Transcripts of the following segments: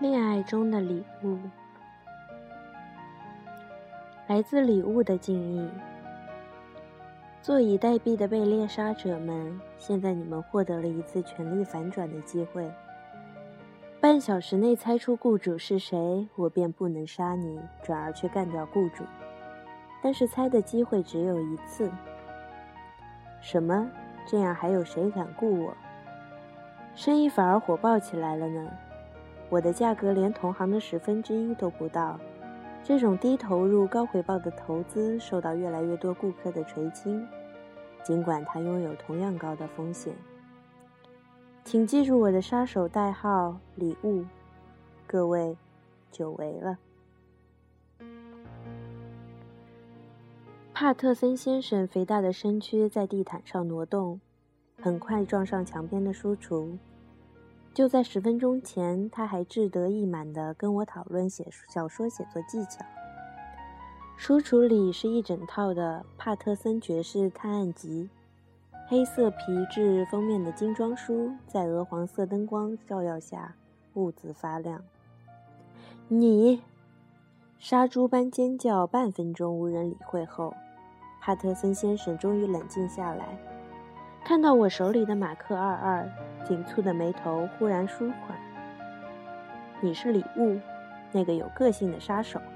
恋爱中的礼物，来自礼物的敬意。坐以待毙的被猎杀者们，现在你们获得了一次权力反转的机会。半小时内猜出雇主是谁，我便不能杀你，转而去干掉雇主。但是猜的机会只有一次。什么？这样还有谁敢雇我？生意反而火爆起来了呢。我的价格连同行的1/10都不到。这种低投入高回报的投资受到越来越多顾客的垂青，尽管它拥有同样高的风险。请记住我的杀手代号礼物，各位，久违了。帕特森先生肥大的身躯在地毯上挪动，很快撞上墙边的书橱。就在10分钟前，他还志得意满地跟我讨论小说写作技巧。书橱里是一整套的帕特森爵士探案集，黑色皮质封面的精装书在鹅黄色灯光照耀下兀自发亮。你！杀猪般尖叫，半分钟无人理会后，帕特森先生终于冷静下来，看到我手里的马克22，紧蹙的眉头忽然舒缓。你是礼物，那个有个性的杀手。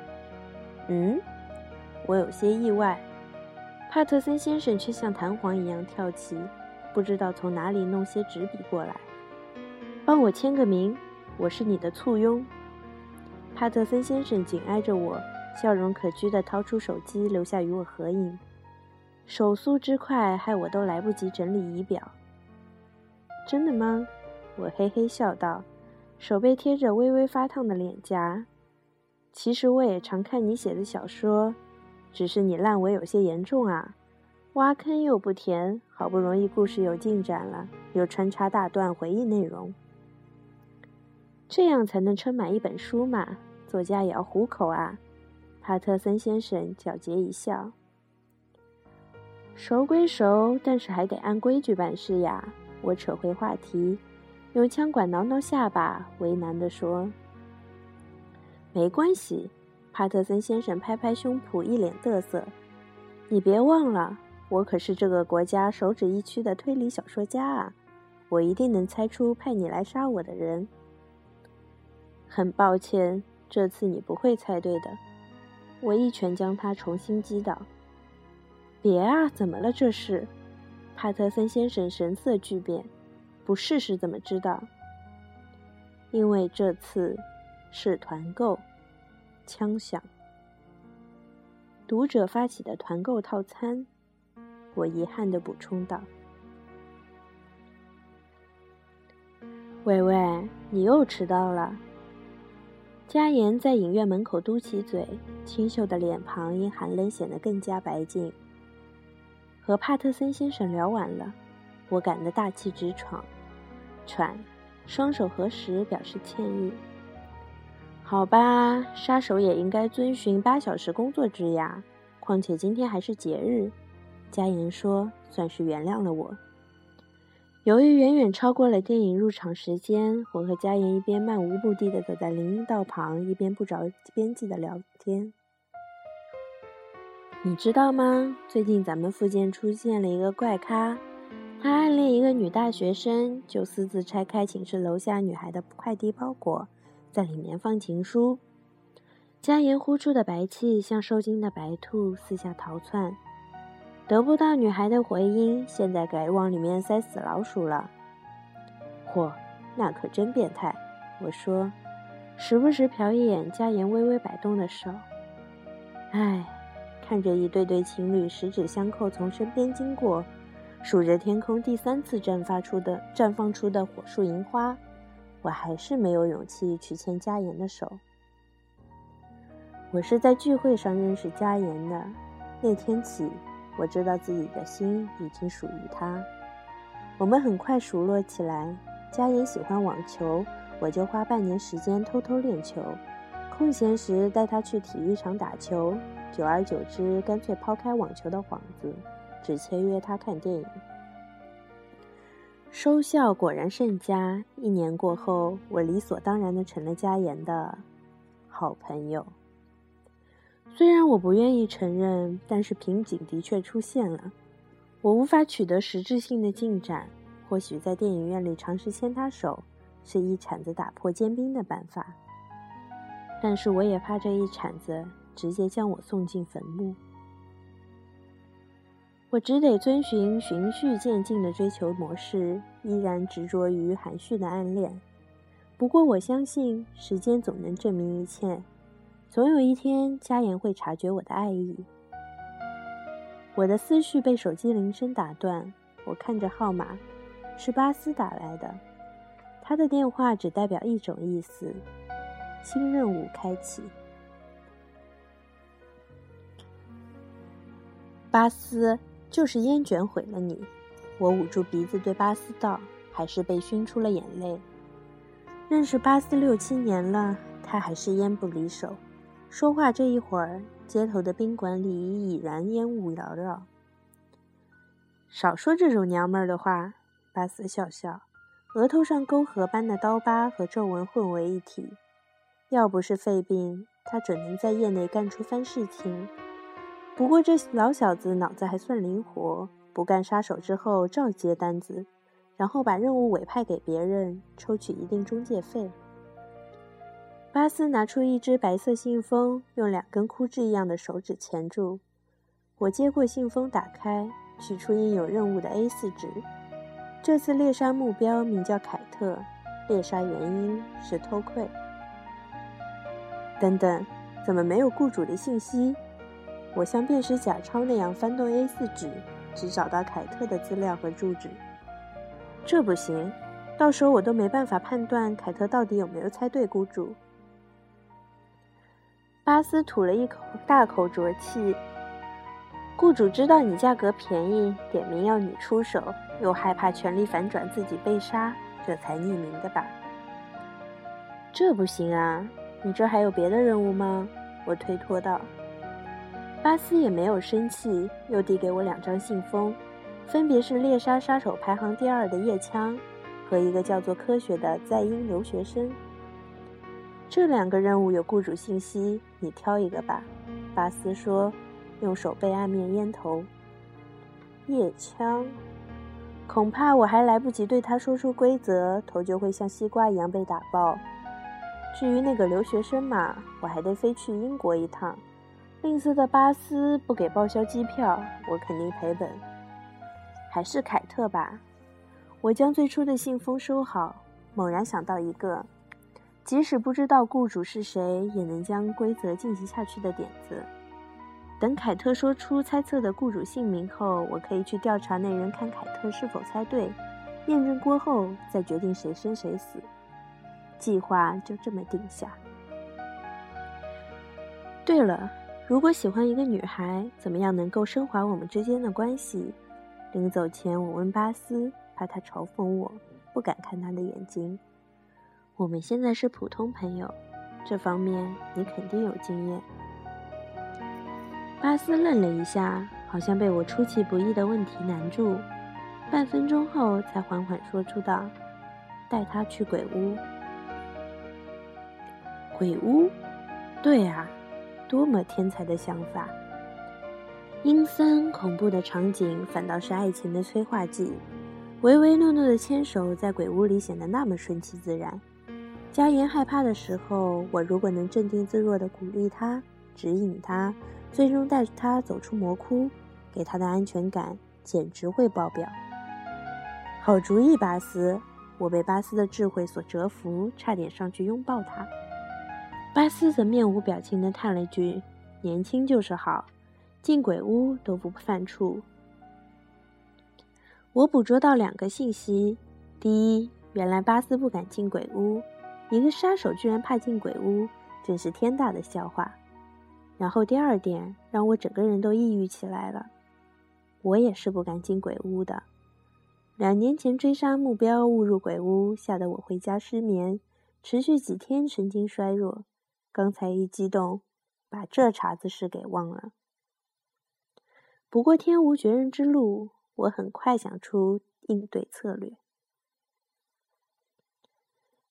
我有些意外。帕特森先生却像弹簧一样跳起，不知道从哪里弄些纸笔过来。帮我签个名，我是你的簇拥。帕特森先生紧挨着我，笑容可掬地掏出手机留下与我合影，手速之快害我都来不及整理仪表。真的吗？我嘿嘿笑道，手背贴着微微发烫的脸颊。其实我也常看你写的小说，只是你烂尾有些严重啊，挖坑又不填，好不容易故事有进展了，又穿插大段回忆内容。这样才能撑满一本书嘛，作家也要糊口啊。帕特森先生皎洁一笑。熟归熟，但是还得按规矩办事呀。我扯回话题，用枪管挠挠下巴，为难地说。没关系，帕特森先生拍拍胸脯，一脸得瑟。你别忘了，我可是这个国家首指一区的推理小说家啊，我一定能猜出派你来杀我的人。很抱歉，这次你不会猜对的。我一拳将他重新击倒。别啊，怎么了这是？帕特森先生神色巨变，不试试怎么知道？因为这次是团购。枪响。读者发起的团购套餐，我遗憾地补充道。喂喂，你又迟到了。佳妍在影院门口嘟起嘴，清秀的脸庞因寒冷显得更加白净。和帕特森先生聊完了，我赶得大气直喘，双手合十表示歉意。好吧，杀手也应该遵循8小时工作制呀，况且今天还是节日。佳妍说，算是原谅了我。由于远远超过了电影入场时间，我和佳妍一边漫无目的地走在林荫道旁，一边不着边际的聊天。你知道吗？最近咱们附近出现了一个怪咖，他暗恋一个女大学生，就私自拆开寝室楼下女孩的快递包裹，在里面放情书。佳妍呼出的白气像受惊的白兔四下逃窜，得不到女孩的回音，现在改往里面塞死老鼠了。嚯，那可真变态，我说，时不时瞟一眼佳妍微微摆动的手。唉，看着一对对情侣十指相扣从身边经过，数着天空第3次绽放出的火树银花，我还是没有勇气去牵佳妍的手。我是在聚会上认识佳妍的，那天起，我知道自己的心已经属于她。我们很快熟络起来，佳妍喜欢网球，我就花半年时间偷偷练球，空闲时带她去体育场打球，久而久之，干脆抛开网球的幌子，只签约她看电影。 收效果然甚佳，1年过后，我理所当然地成了家妍的好朋友。虽然我不愿意承认，但是瓶颈的确出现了。我无法取得实质性的进展，或许在电影院里尝试牵他手，是一铲子打破坚冰的办法。但是我也怕这一铲子直接将我送进坟墓。我只得遵循循序渐进的追求模式，依然执着于含蓄的暗恋。不过我相信，时间总能证明一切，总有一天家妍会察觉我的爱意。我的思绪被手机铃声打断，我看着号码，是巴斯打来的。他的电话只代表一种意思：新任务开启。巴斯，就是烟卷毁了你。我捂住鼻子对巴斯道，还是被熏出了眼泪。认识巴斯6、7年了，他还是烟不离手。说话这一会儿，街头的宾馆里已然烟雾缭绕。少说这种娘们儿的话，巴斯笑笑，额头上沟壑般的刀疤和皱纹混为一体。要不是肺病，他准能在业内干出番事情。不过这老小子脑子还算灵活，不干杀手之后照接单子，然后把任务委派给别人，抽取一定中介费。巴斯拿出一只白色信封，用2根枯枝一样的手指钳住。我接过信封，打开，取出印有任务的 A4 纸。这次猎杀目标名叫凯特，猎杀原因是偷窥。等等，怎么没有雇主的信息？我像辨识假钞那样翻动 A4 纸，只找到凯特的资料和住址。这不行，到时候我都没办法判断凯特到底有没有猜对雇主。巴斯吐了一大口浊气。雇主知道你价格便宜，点名要你出手，又害怕权力反转自己被杀，这才匿名的吧？这不行啊，你这还有别的任务吗？我推脱道。巴斯也没有生气，又递给我2张信封，分别是猎杀杀手排行第2的叶枪和一个叫做科学的在英留学生。这2个任务有雇主信息，你挑一个吧，巴斯说，用手背按灭烟头。叶枪，恐怕我还来不及对他说出规则，头就会像西瓜一样被打爆。至于那个留学生嘛，我还得飞去英国一趟。吝啬的巴斯不给报销机票，我肯定赔本。还是凯特吧。我将最初的信封收好，猛然想到一个，即使不知道雇主是谁，也能将规则进行下去的点子。等凯特说出猜测的雇主姓名后，我可以去调查那人，看凯特是否猜对，验证过后再决定谁生谁死。计划就这么定下。对了，如果喜欢一个女孩，怎么样能够升华我们之间的关系？临走前我问巴斯，怕他嘲讽我，不敢看他的眼睛。我们现在是普通朋友，这方面你肯定有经验。巴斯愣了一下，好像被我出其不意的问题难住，半分钟后才缓缓说出道：带他去鬼屋。鬼屋？对啊，多么天才的想法！阴森恐怖的场景反倒是爱情的催化剂，唯唯诺诺的牵手在鬼屋里显得那么顺其自然。家妍害怕的时候，我如果能镇定自若地鼓励她，指引她，最终带着她走出魔窟，给她的安全感简直会爆表。好主意，巴斯！我被巴斯的智慧所折服，差点上去拥抱他。巴斯则面无表情地叹了一句：年轻就是好，进鬼屋都不犯怵。我捕捉到2个信息：第一，原来巴斯不敢进鬼屋，一个杀手居然怕进鬼屋，真是天大的笑话。然后第2点让我整个人都抑郁起来了，我也是不敢进鬼屋的。2年前追杀目标误入鬼屋，吓得我回家失眠，持续几天神经衰弱，刚才一激动，把这茬子事给忘了。不过天无绝人之路，我很快想出应对策略。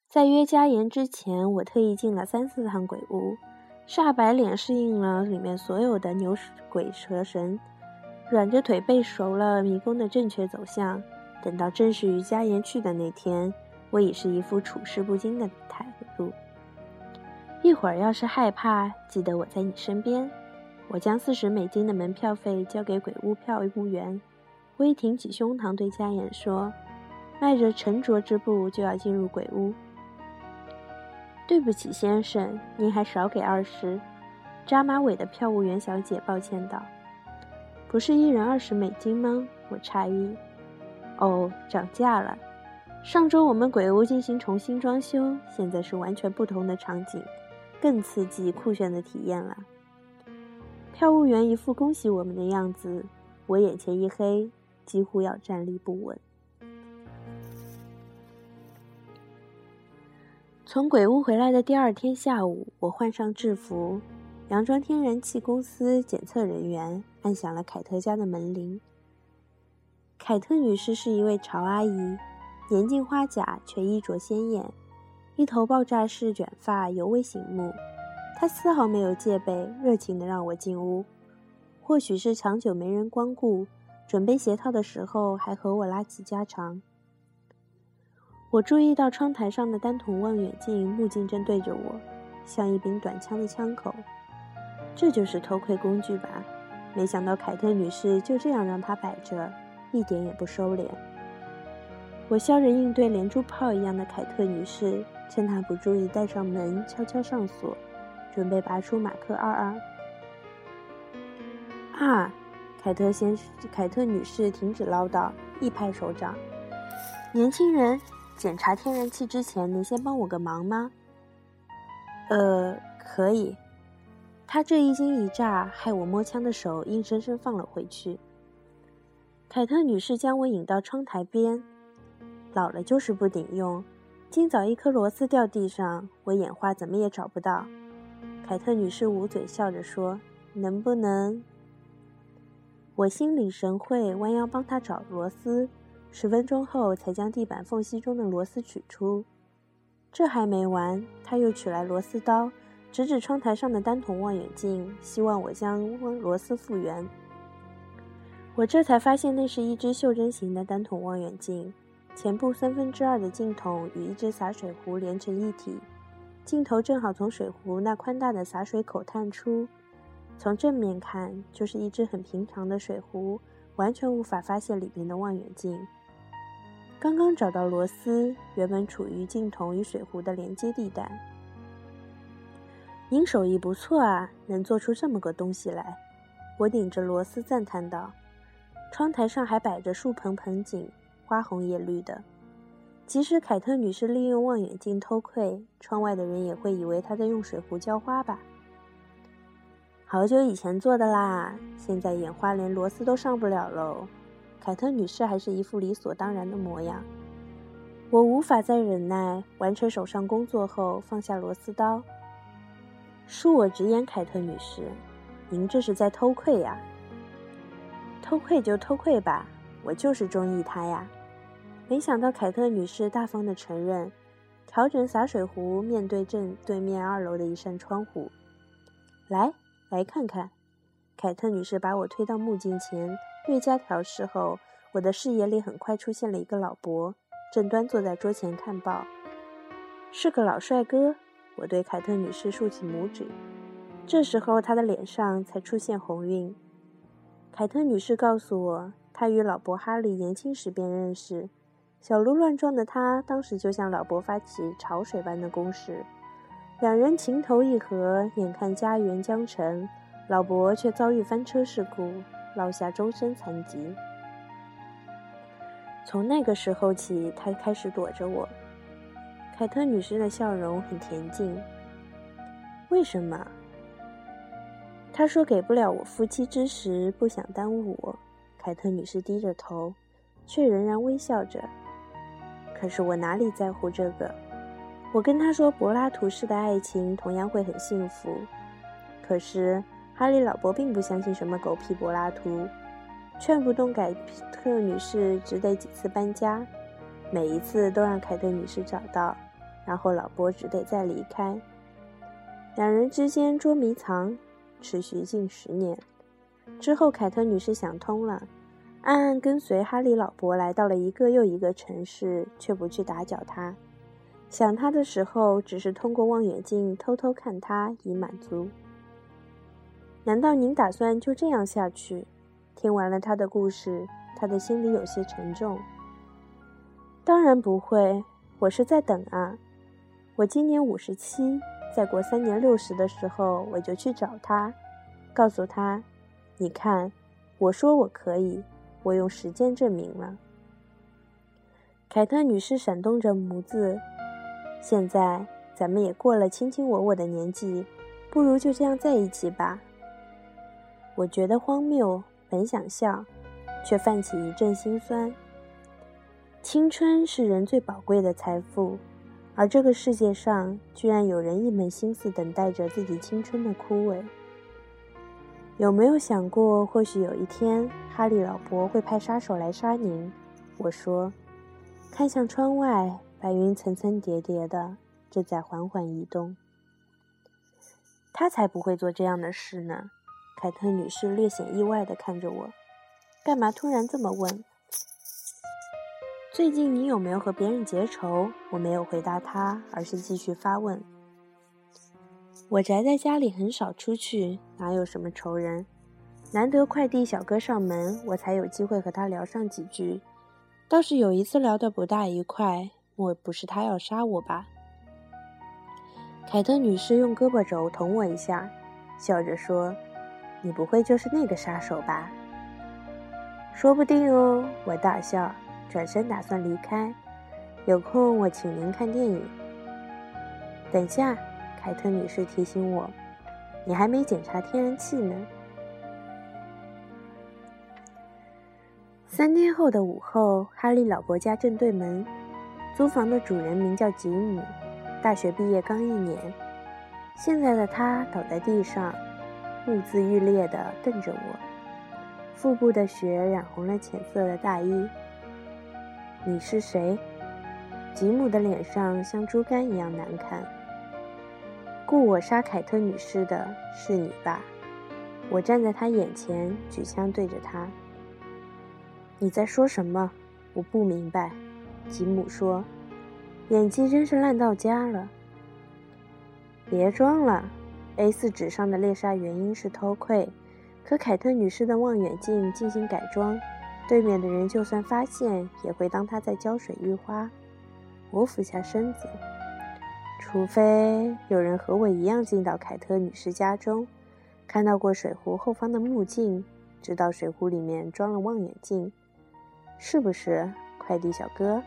在约家宴之前，我特意进了3-4趟鬼屋，煞白脸适应了里面所有的牛鬼蛇神，软着腿背熟了迷宫的正确走向。等到正式于家宴去的那天，我已是一副处事不惊的态度。一会儿要是害怕，记得我在你身边。我将$40的门票费交给鬼屋票务员，微挺起胸膛对家宴说，迈着沉着之步就要进入鬼屋。对不起先生，您还少给20。扎马尾的票务员小姐抱歉道。不是1人$20吗？我诧异。哦，涨价了。上周我们鬼屋进行重新装修，现在是完全不同的场景，更刺激酷炫的体验了。票务员一副恭喜我们的样子，我眼前一黑，几乎要站立不稳。从鬼屋回来的第2天下午，我换上制服，佯装天然气公司检测人员，按响了凯特家的门铃。凯特女士是一位潮阿姨，年近花甲，却衣着鲜艳，一头爆炸式卷发尤为醒目。她丝毫没有戒备，热情地让我进屋。或许是长久没人光顾，准备鞋套的时候还和我拉起家常。我注意到窗台上的单筒望远镜目镜正对着我，像一柄短枪的枪口。这就是偷窥工具吧？没想到凯特女士就这样让它摆着，一点也不收敛。我笑着应对连珠炮一样的凯特女士，趁她不注意带上门，悄悄上锁，准备拔出马克22。啊！凯特女士停止唠叨，一拍手掌。年轻人，检查天然气之前能先帮我个忙吗？可以。她这一惊一乍，害我摸枪的手硬生生放了回去。凯特女士将我引到窗台边，老了就是不顶用。今早一颗螺丝掉地上，我眼花怎么也找不到。凯特女士捂嘴笑着说，能不能？我心领神会，弯腰帮她找螺丝，10分钟后才将地板缝隙中的螺丝取出。这还没完，她又取来螺丝刀，指指窗台上的单筒望远镜，希望我将螺丝复原。我这才发现那是一只袖珍型的单筒望远镜，前部2/3的镜筒与一只洒水壶连成一体，镜头正好从水壶那宽大的洒水口探出。从正面看，就是一只很平常的水壶，完全无法发现里面的望远镜。刚刚找到螺丝，原本处于镜筒与水壶的连接地带。您手艺不错啊，能做出这么个东西来。我顶着螺丝赞叹道。窗台上还摆着树盆盆景，花红叶绿的。即使凯特女士利用望远镜偷窥，窗外的人也会以为她在用水壶浇花吧。好久以前做的啦，现在眼花连螺丝都上不了喽。凯特女士还是一副理所当然的模样。我无法再忍耐，完成手上工作后放下螺丝刀。恕我直言，凯特女士，您这是在偷窥呀。偷窥就偷窥吧，我就是中意她呀。没想到凯特女士大方地承认，调整洒水壶，面对正对面2楼的一扇窗户。来看看。凯特女士把我推到目镜前，略加调试后，我的视野里很快出现了一个老伯，正端坐在桌前看报。是个老帅哥，我对凯特女士竖起拇指。这时候他的脸上才出现红晕。凯特女士告诉我，她与老伯哈利年轻时便认识，小鹿乱撞的他当时就向老伯发起潮水般的攻势，两人情投意合，眼看家园将成，老伯却遭遇翻车事故，落下终身残疾。从那个时候起，他开始躲着我。凯特女士的笑容很恬静。为什么？她说给不了我夫妻之实，不想耽误我。凯特女士低着头，却仍然微笑着。可是我哪里在乎这个？我跟她说柏拉图式的爱情同样会很幸福。可是哈利老伯并不相信什么狗屁柏拉图，劝不动凯特女士，只得几次搬家，每一次都让凯特女士找到， 然后老伯只得再离开。两人之间捉迷藏持续近10年。之后凯特女士想通了，暗暗跟随哈利老伯来到了一个又一个城市，却不去打搅他。想他的时候，只是通过望远镜偷偷看他以满足。难道您打算就这样下去？听完了他的故事，他的心里有些沉重。当然不会，我是在等啊。我今年57，再过3年60的时候，我就去找他，告诉他，你看，我说我可以，我用实践证明了。凯特女士闪动着眸子，现在咱们也过了卿卿我我的年纪，不如就这样在一起吧。我觉得荒谬，本想笑，却泛起一阵心酸。青春是人最宝贵的财富，而这个世界上居然有人一门心思等待着自己青春的枯萎。有没有想过，或许有一天哈利老伯会派杀手来杀您？我说，看向窗外，白云层层叠叠的，正在缓缓移动。他才不会做这样的事呢。凯特女士略显意外地看着我，干嘛突然这么问？最近你有没有和别人结仇？我没有回答他，而是继续发问。我宅在家里很少出去，哪有什么仇人？难得快递小哥上门，我才有机会和他聊上几句。倒是有一次聊得不大愉快，莫不是他要杀我吧？凯特女士用胳膊肘捅我一下，笑着说，你不会就是那个杀手吧？说不定哦，我大笑，转身打算离开。有空我请您看电影。等下，凯特女士提醒我，你还没检查天然气呢。3天后的午后，哈利老伯家正对门，租房的主人名叫吉姆，大学毕业刚1年。现在的他倒在地上，兀自欲裂地瞪着我，腹部的血染红了浅色的大衣。你是谁？吉姆的脸上像猪肝一样难看。雇我杀凯特女士的是你吧？我站在他眼前，举枪对着他。你在说什么？我不明白。吉姆说，演技真是烂到家了。别装了， A4 纸上的猎杀原因是偷窥，可凯特女士的望远镜进行改装，对面的人就算发现，也会当她在浇水浴花。我俯下身子，除非有人和我一样进到凯特女士家中，看到过水壶后方的目镜，知道水壶里面装了望远镜，是不是，快递小哥？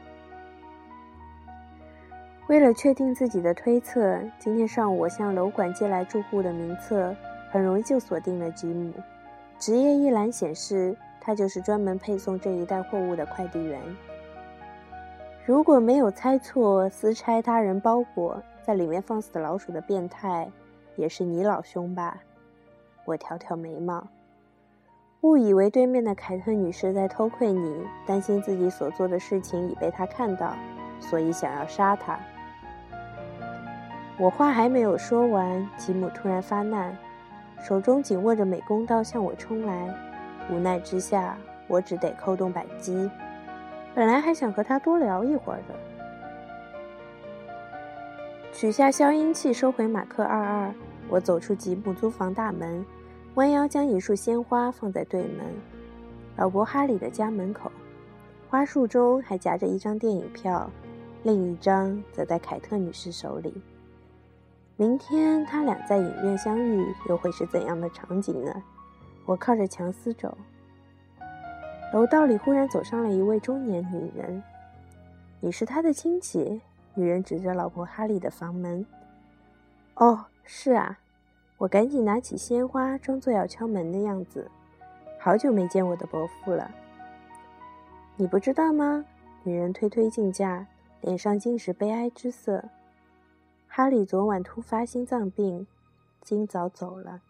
为了确定自己的推测，今天上午我向楼管借来住户的名册，很容易就锁定了吉姆。职业一栏显示，他就是专门配送这一带货物的快递员。如果没有猜错，私拆他人包裹，在里面放死老鼠的变态，也是你老兄吧？我挑挑眉毛，误以为对面的凯特女士在偷窥你，担心自己所做的事情已被他看到，所以想要杀他。我话还没有说完，吉姆突然发难，手中紧握着美工刀向我冲来。无奈之下，我只得扣动扳机。本来还想和他多聊一会儿的。取下消音器，收回马克22，我走出吉姆租房大门，弯腰将一束鲜花放在对门，老伯哈里的家门口。花束中还夹着一张电影票，另一张则在凯特女士手里。明天他俩在影院相遇，又会是怎样的场景呢？我靠着墙丝肘。楼道里忽然走上了一位中年女人。你是他的亲戚？女人指着老伯哈利的房门。哦，是啊。我赶紧拿起鲜花，装作要敲门的样子。好久没见我的伯父了。你不知道吗？女人推推镜架，脸上尽是悲哀之色。哈利昨晚突发心脏病，今早走了。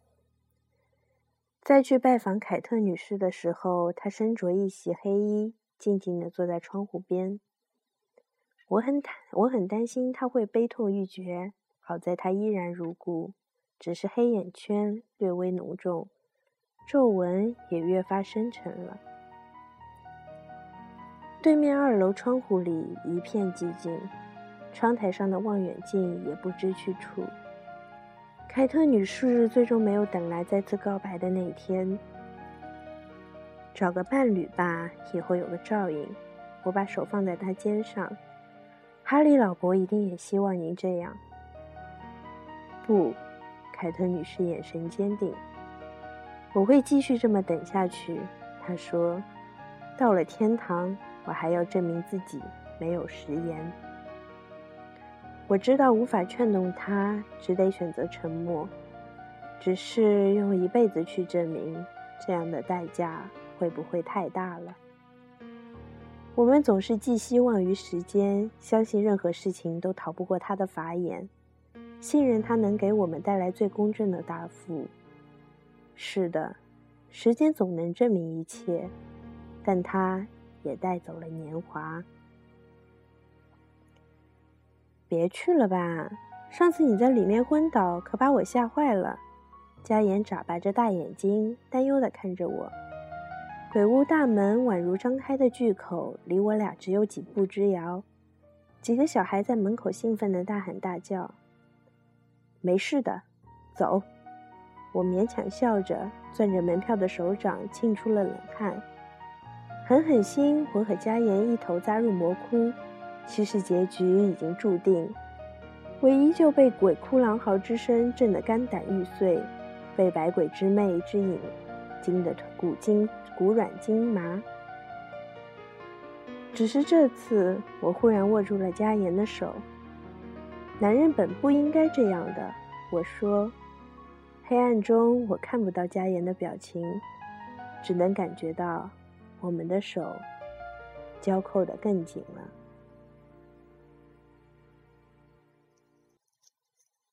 再去拜访凯特女士的时候，她身着一袭黑衣， 静静地坐在窗户边。我很担心他会悲痛欲绝，好在他依然如故，只是黑眼圈略微浓重，皱纹也越发深沉了。对面2楼窗户里一片寂静，窗台上的望远镜也不知去处。凯特女士最终没有等来再次告白的那一天。找个伴侣吧，以后有个照应。我把手放在她肩上。哈利老伯一定也希望您这样。不，凯特女士眼神坚定。我会继续这么等下去，她说。到了天堂，我还要证明自己没有食言。我知道无法劝动她，只得选择沉默。只是用一辈子去证明，这样的代价会不会太大了？我们总是寄希望于时间，相信任何事情都逃不过他的法眼，信任他能给我们带来最公正的答复。是的，时间总能证明一切，但他也带走了年华。别去了吧，上次你在里面昏倒，可把我吓坏了。家妍眨巴着大眼睛，担忧地看着我。鬼屋大门宛如张开的巨口，离我俩只有几步之遥。几个小孩在门口兴奋地大喊大叫。没事的，走。我勉强笑着，攥着门票的手掌沁出了冷汗。狠心，我和家妍一头扎入魔窟，其实结局已经注定。我依旧被鬼哭狼嚎之声震得肝胆欲碎，被百鬼之魅之影惊得骨软筋麻。只是这次，我忽然握住了家妍的手。男人本不应该这样的，我说。黑暗中，我看不到家妍的表情，只能感觉到我们的手交扣得更紧了。